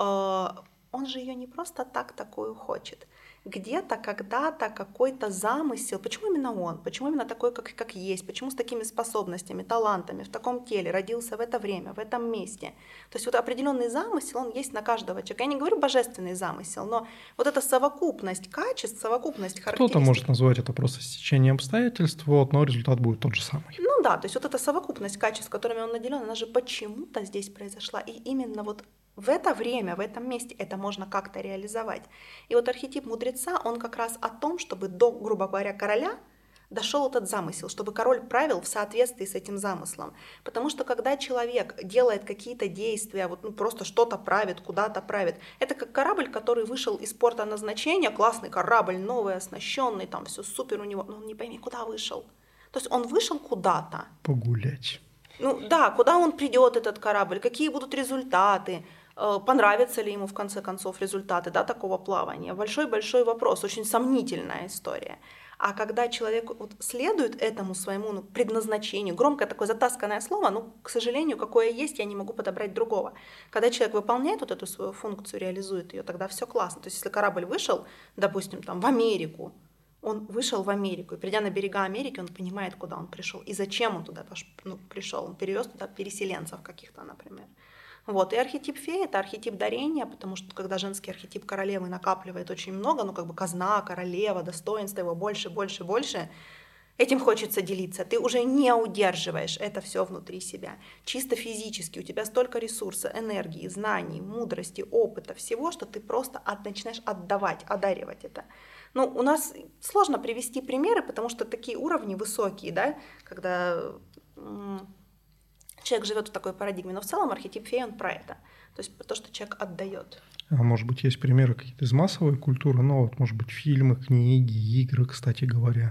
Он же ее не просто так такую хочет. Где-то, когда-то какой-то замысел. Почему именно он? Почему именно такой, как, как есть? Почему с такими способностями, талантами, в таком теле, родился в это время, в этом месте? То есть вот определенный замысел, он есть на каждого человека. Я не говорю божественный замысел, но вот эта совокупность качеств, совокупность характеристик. Кто-то может назвать это просто стечением обстоятельств, вот, но результат будет тот же самый. Ну да, то есть вот эта совокупность качеств, которыми он наделен, она же почему-то здесь произошла. И именно вот в это время, в этом месте это можно как-то реализовать. И вот архетип мудреца, он как раз о том, чтобы до, грубо говоря, короля дошел этот замысел, чтобы король правил в соответствии с этим замыслом. Потому что когда человек делает какие-то действия, вот, ну, просто что-то правит, куда-то правит, это как корабль, который вышел из порта назначения, классный корабль, новый, оснащенный, там все супер у него, но он не пойми, куда вышел. То есть он вышел куда-то. Погулять. Ну да, куда он придет, этот корабль, какие будут результаты, понравятся ли ему в конце концов результаты, да, такого плавания. Большой-большой вопрос, очень сомнительная история. А когда человек вот следует этому своему ну, предназначению, громкое такое затасканное слово, ну, к сожалению, какое есть, я не могу подобрать другого. Когда человек выполняет вот эту свою функцию, реализует ее, тогда все классно. То есть если корабль вышел, допустим, там, в Америку, он вышел в Америку, и придя на берега Америки, он понимает, куда он пришел, и зачем он туда ну, пришел. Он перевез туда переселенцев каких-то, например. Вот. И архетип феи – это архетип дарения, потому что когда женский архетип королевы накапливает очень много, ну как бы казна, королева, достоинство его больше, больше, больше, этим хочется делиться. Ты уже не удерживаешь это все внутри себя. Чисто физически у тебя столько ресурса, энергии, знаний, мудрости, опыта, всего, что ты просто от, начинаешь отдавать, одаривать это. Ну, у нас сложно привести примеры, потому что такие уровни высокие, да, когда м- человек живет в такой парадигме. Но в целом архетип феи, он про это. То есть про то, что человек отдает. А может быть, есть примеры какие-то из массовой культуры, ну, вот, может быть, фильмы, книги, игры, кстати говоря.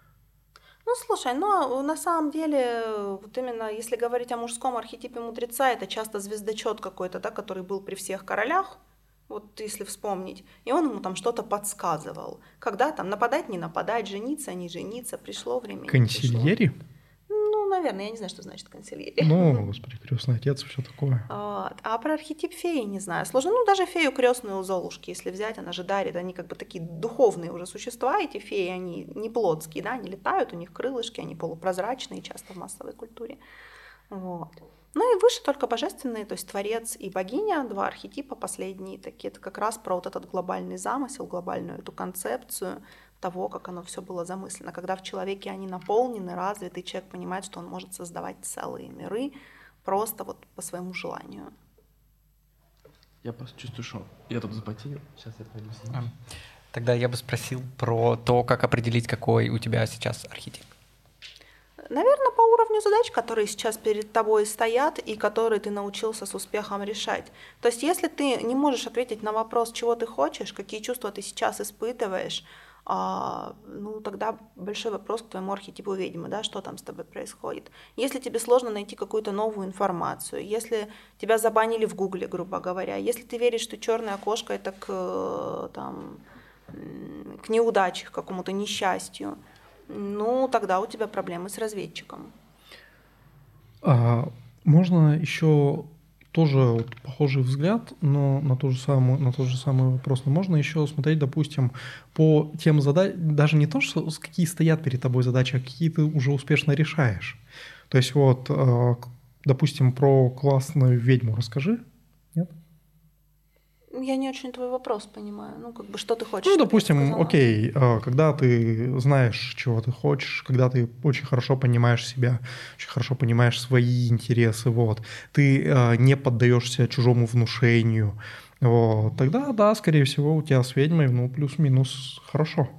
Ну, слушай, но на самом деле, вот именно если говорить о мужском архетипе мудреца, это часто звездочет какой-то, да, который был при всех королях, вот если вспомнить, и он ему там что-то подсказывал. Когда там нападать, не нападать, жениться, не жениться, пришло время. Консильери? Ну, наверное, я не знаю, что значит консильери. Ну, господи, крестный отец, все такое. Вот. А про архетип феи не знаю. Сложно. Ну, даже фею крестную у Золушки, если взять, она же дарит, они как бы такие духовные уже существа, эти феи, они не плотские, да, они летают, у них крылышки, они полупрозрачные часто в массовой культуре. Вот. Ну и выше только божественные, то есть творец и богиня, два архетипа последние такие, это как раз про вот этот глобальный замысел, глобальную эту концепцию того, как оно все было замыслено. Когда в человеке они наполнены, развиты, человек понимает, что он может создавать целые миры просто вот по своему желанию. Я просто чувствую, что я тут запотел, сейчас я пойду с ним. Тогда я бы спросил про то, как определить, какой у тебя сейчас архетип. Наверное, по уровню задач, которые сейчас перед тобой стоят и которые ты научился с успехом решать. То есть если ты не можешь ответить на вопрос, чего ты хочешь, какие чувства ты сейчас испытываешь, а, ну тогда большой вопрос к твоему архетипу ведьмы, да, что там с тобой происходит. Если тебе сложно найти какую-то новую информацию, если тебя забанили в Гугле, грубо говоря, если ты веришь, что черное окошко это к, там, к неудаче, к какому-то несчастью, ну, тогда у тебя проблемы с разведчиком. А можно еще тоже вот похожий взгляд, но на, ту же самую, на тот же самый вопрос. Но можно еще смотреть, допустим, по тем задачам, даже не то, что какие стоят перед тобой задачи, а какие ты уже успешно решаешь. То есть вот, допустим, про классную ведьму расскажи. Нет? Я не очень твой вопрос понимаю. Ну, как бы, что ты хочешь? Ну, допустим, окей, когда ты знаешь, чего ты хочешь, когда ты очень хорошо понимаешь себя, очень хорошо понимаешь свои интересы, вот, ты не поддаешься чужому внушению, вот, тогда, да, скорее всего, у тебя с ведьмой, ну, плюс-минус хорошо. Ну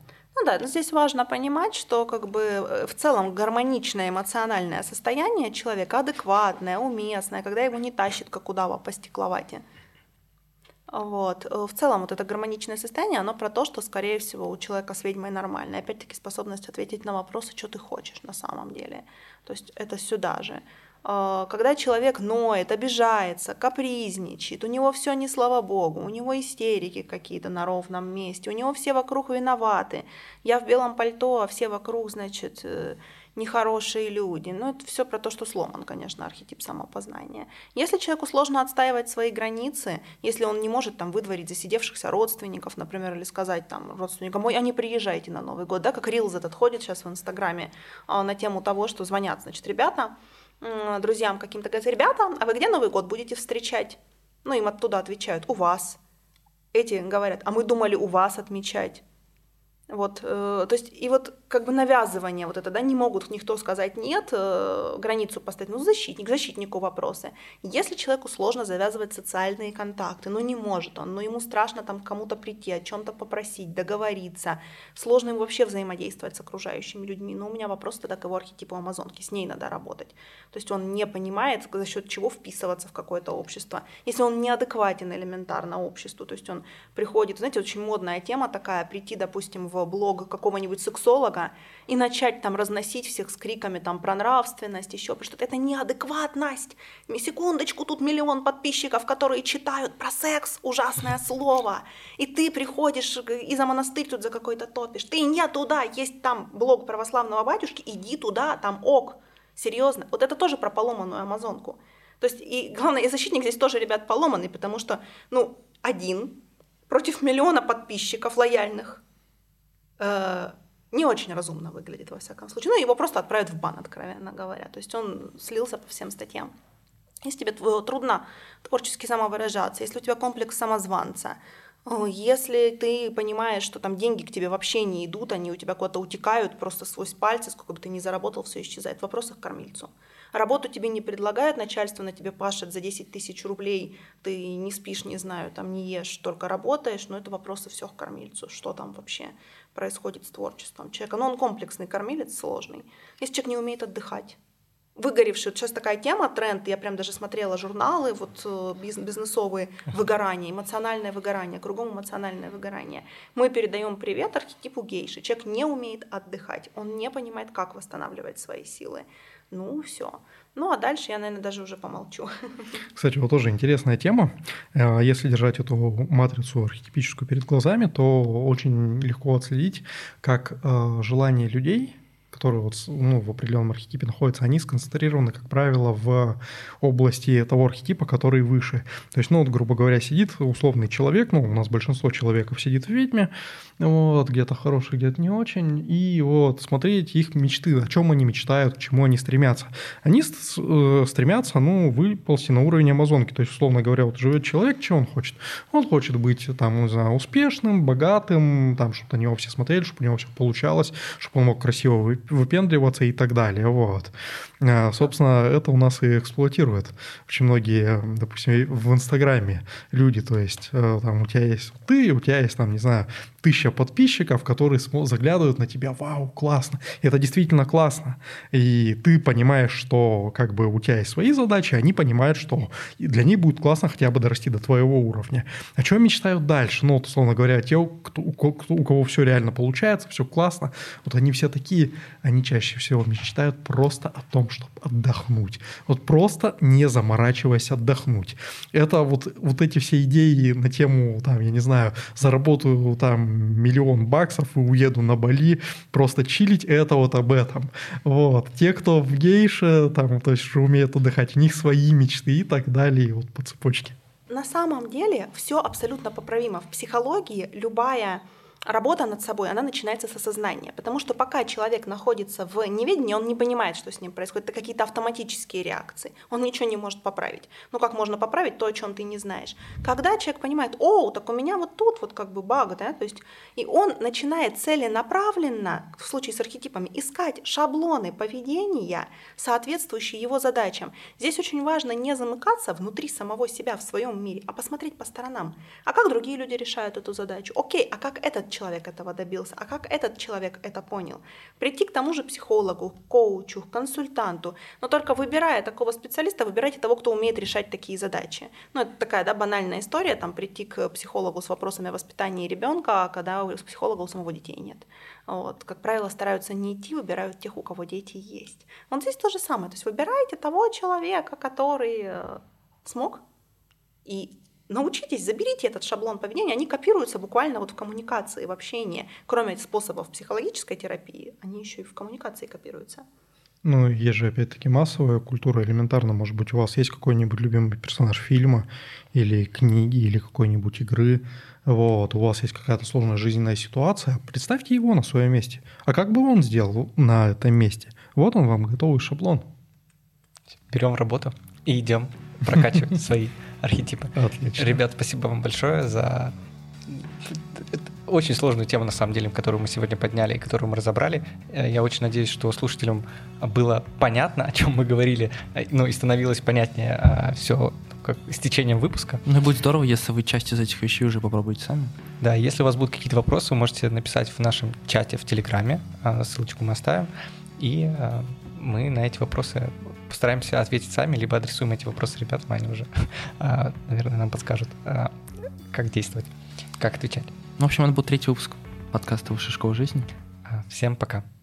Ну да, но здесь важно понимать, что как бы в целом гармоничное эмоциональное состояние человека адекватное, уместное, когда его не тащит как удава по стекловате. Вот. В целом вот это гармоничное состояние, оно про то, что, скорее всего, у человека с ведьмой нормально. Опять-таки способность ответить на вопросы, что ты хочешь на самом деле. То есть это сюда же. Когда человек ноет, обижается, капризничает, у него все не слава богу, у него истерики какие-то на ровном месте, у него все вокруг виноваты. Я в белом пальто, а все вокруг, значит, нехорошие люди. Ну, это все про то, что сломан, конечно, архетип самопознания. Если человеку сложно отстаивать свои границы, если он не может там выдворить засидевшихся родственников, например, или сказать там родственникам: ой, а не приезжайте на Новый год, да, как рилз этот ходит сейчас в Инстаграме на тему того, что звонят, значит, ребята, друзьям каким-то, говорят: ребята, а вы где Новый год будете встречать? Ну, им оттуда отвечают: у вас. Эти говорят: а мы думали у вас отмечать. Вот, э, то есть, и вот как бы навязывание вот это, да, не могут никто сказать нет, э, границу поставить, ну, защитник, защитнику вопросы. Если человеку сложно завязывать социальные контакты, ну, не может он, ну, ему страшно там кому-то прийти, о чем-то попросить, договориться, сложно ему вообще взаимодействовать с окружающими людьми, ну, у меня вопрос тогда к его архетипу амазонки, с ней надо работать. То есть он не понимает, за счет чего вписываться в какое-то общество. Если он неадекватен элементарно обществу, то есть он приходит, знаете, очень модная тема такая, прийти, допустим, в блог какого-нибудь сексолога и начать там разносить всех с криками там про нравственность, еще про что-то. Это неадекватность. Секундочку, тут миллион подписчиков, которые читают про секс, ужасное слово. И ты приходишь и за монастырь тут за какой-то топишь. Ты не туда, есть там блог православного батюшки, иди туда, там ок. Серьезно. Вот это тоже про поломанную амазонку. То есть, и главное, и защитник здесь тоже, ребят, поломанный, потому что, ну, один против миллиона подписчиков лояльных не очень разумно выглядит, во всяком случае. Ну, его просто отправят в бан, откровенно говоря. То есть он слился по всем статьям. Если тебе трудно творчески самовыражаться, если у тебя комплекс самозванца, если ты понимаешь, что там деньги к тебе вообще не идут, они у тебя куда-то утекают просто сквозь пальцы, сколько бы ты ни заработал, все исчезает. В вопросах к кормильцу. Работу тебе не предлагают, начальство на тебе пашет за десять тысяч рублей, ты не спишь, не знаю, там не ешь, только работаешь, но это вопросы все к кормильцу, что там вообще происходит с творчеством человека. Но он комплексный кормилец, сложный. Если человек не умеет отдыхать, выгоревший, вот сейчас такая тема, тренд, я прям даже смотрела журналы вот бизнесовые, выгорание, эмоциональное выгорание, кругом эмоциональное выгорание. Мы передаем привет архетипу гейши. Человек не умеет отдыхать, он не понимает, как восстанавливать свои силы. Ну, все. Ну, а дальше я, наверное, даже уже помолчу. Кстати, вот тоже интересная тема. Если держать эту матрицу архетипическую перед глазами, то очень легко отследить, как желания людей, которые вот, ну, в определенном архетипе находятся, они сконцентрированы, как правило, в области того архетипа, который выше. То есть, ну, вот, грубо говоря, сидит условный человек, ну, у нас большинство человеков сидит в ведьме, вот, где-то хороший, где-то не очень, и вот смотреть их мечты, о чем они мечтают, к чему они стремятся. Они стремятся, ну, выползти на уровень амазонки, то есть, условно говоря, вот живет человек, чего он хочет? Он хочет быть, там, не знаю, успешным, богатым, там, чтобы на него все смотрели, чтобы у него все получалось, чтобы он мог красиво выпендриваться и так далее. Вот. Собственно, это у нас и эксплуатируют очень многие, допустим, в Инстаграме люди. То есть там у тебя есть ты, у тебя есть, там, не знаю, тысяча подписчиков, которые заглядывают на тебя: вау, классно. Это действительно классно. И ты понимаешь, что как бы у тебя есть свои задачи, они понимают, что для них будет классно хотя бы дорасти до твоего уровня. О чем мечтают дальше? Ну, вот, условно говоря, те, кто, у, кого, у кого все реально получается, все классно, вот они все такие, они чаще всего мечтают просто о том, чтобы отдохнуть. Вот просто не заморачиваясь отдохнуть. Это вот, вот эти все идеи на тему, там, я не знаю, заработаю там миллион баксов и уеду на Бали, просто чилить, это вот об этом. Вот. Те, кто в гейше, там, то есть, умеют отдыхать, у них свои мечты и так далее, вот по цепочке. На самом деле все абсолютно поправимо. В психологии любая работа над собой, она начинается с осознания, потому что пока человек находится в неведении, он не понимает, что с ним происходит, это какие-то автоматические реакции, он ничего не может поправить. Ну как можно поправить то, о чем ты не знаешь? Когда человек понимает: о, так у меня вот тут вот как бы баг, да, то есть, и он начинает целенаправленно, в случае с архетипами, искать шаблоны поведения, соответствующие его задачам. Здесь очень важно не замыкаться внутри самого себя в своем мире, а посмотреть по сторонам. А как другие люди решают эту задачу? Окей, а как этот человек этого добился, а как этот человек это понял. Прийти к тому же психологу, коучу, консультанту, но только выбирая такого специалиста, выбирайте того, кто умеет решать такие задачи. Ну, это такая, да, банальная история, там, прийти к психологу с вопросами о воспитании ребенка, когда у психолога у самого детей нет. Вот. Как правило, стараются не идти, выбирают тех, у кого дети есть. Вот здесь то же самое, то есть выбирайте того человека, который смог, и научитесь, заберите этот шаблон поведения, они копируются буквально вот в коммуникации, в общении. Кроме способов психологической терапии, они еще и в коммуникации копируются. Ну, есть же опять-таки массовая культура, элементарно. Может быть, у вас есть какой-нибудь любимый персонаж фильма или книги, или какой-нибудь игры. Вот, у вас есть какая-то сложная жизненная ситуация. Представьте его на своем месте. А как бы он сделал на этом месте? Вот он вам готовый шаблон. Берем работу и идем прокачивать свои архетипы. Отлично. Ребят, спасибо вам большое за очень сложную тему, на самом деле, которую мы сегодня подняли и которую мы разобрали. Я очень надеюсь, что слушателям было понятно, о чем мы говорили, ну и становилось понятнее все как с течением выпуска. Ну и будет здорово, если вы часть из этих вещей уже попробуете сами. Да, если у вас будут какие-то вопросы, вы можете написать в нашем чате в Телеграме, ссылочку мы оставим, и мы на эти вопросы постараемся ответить сами, либо адресуем эти вопросы ребятам, они уже, наверное, нам подскажут, как действовать, как отвечать. В общем, это был третий выпуск подкаста «Высшая школа жизни». Всем пока.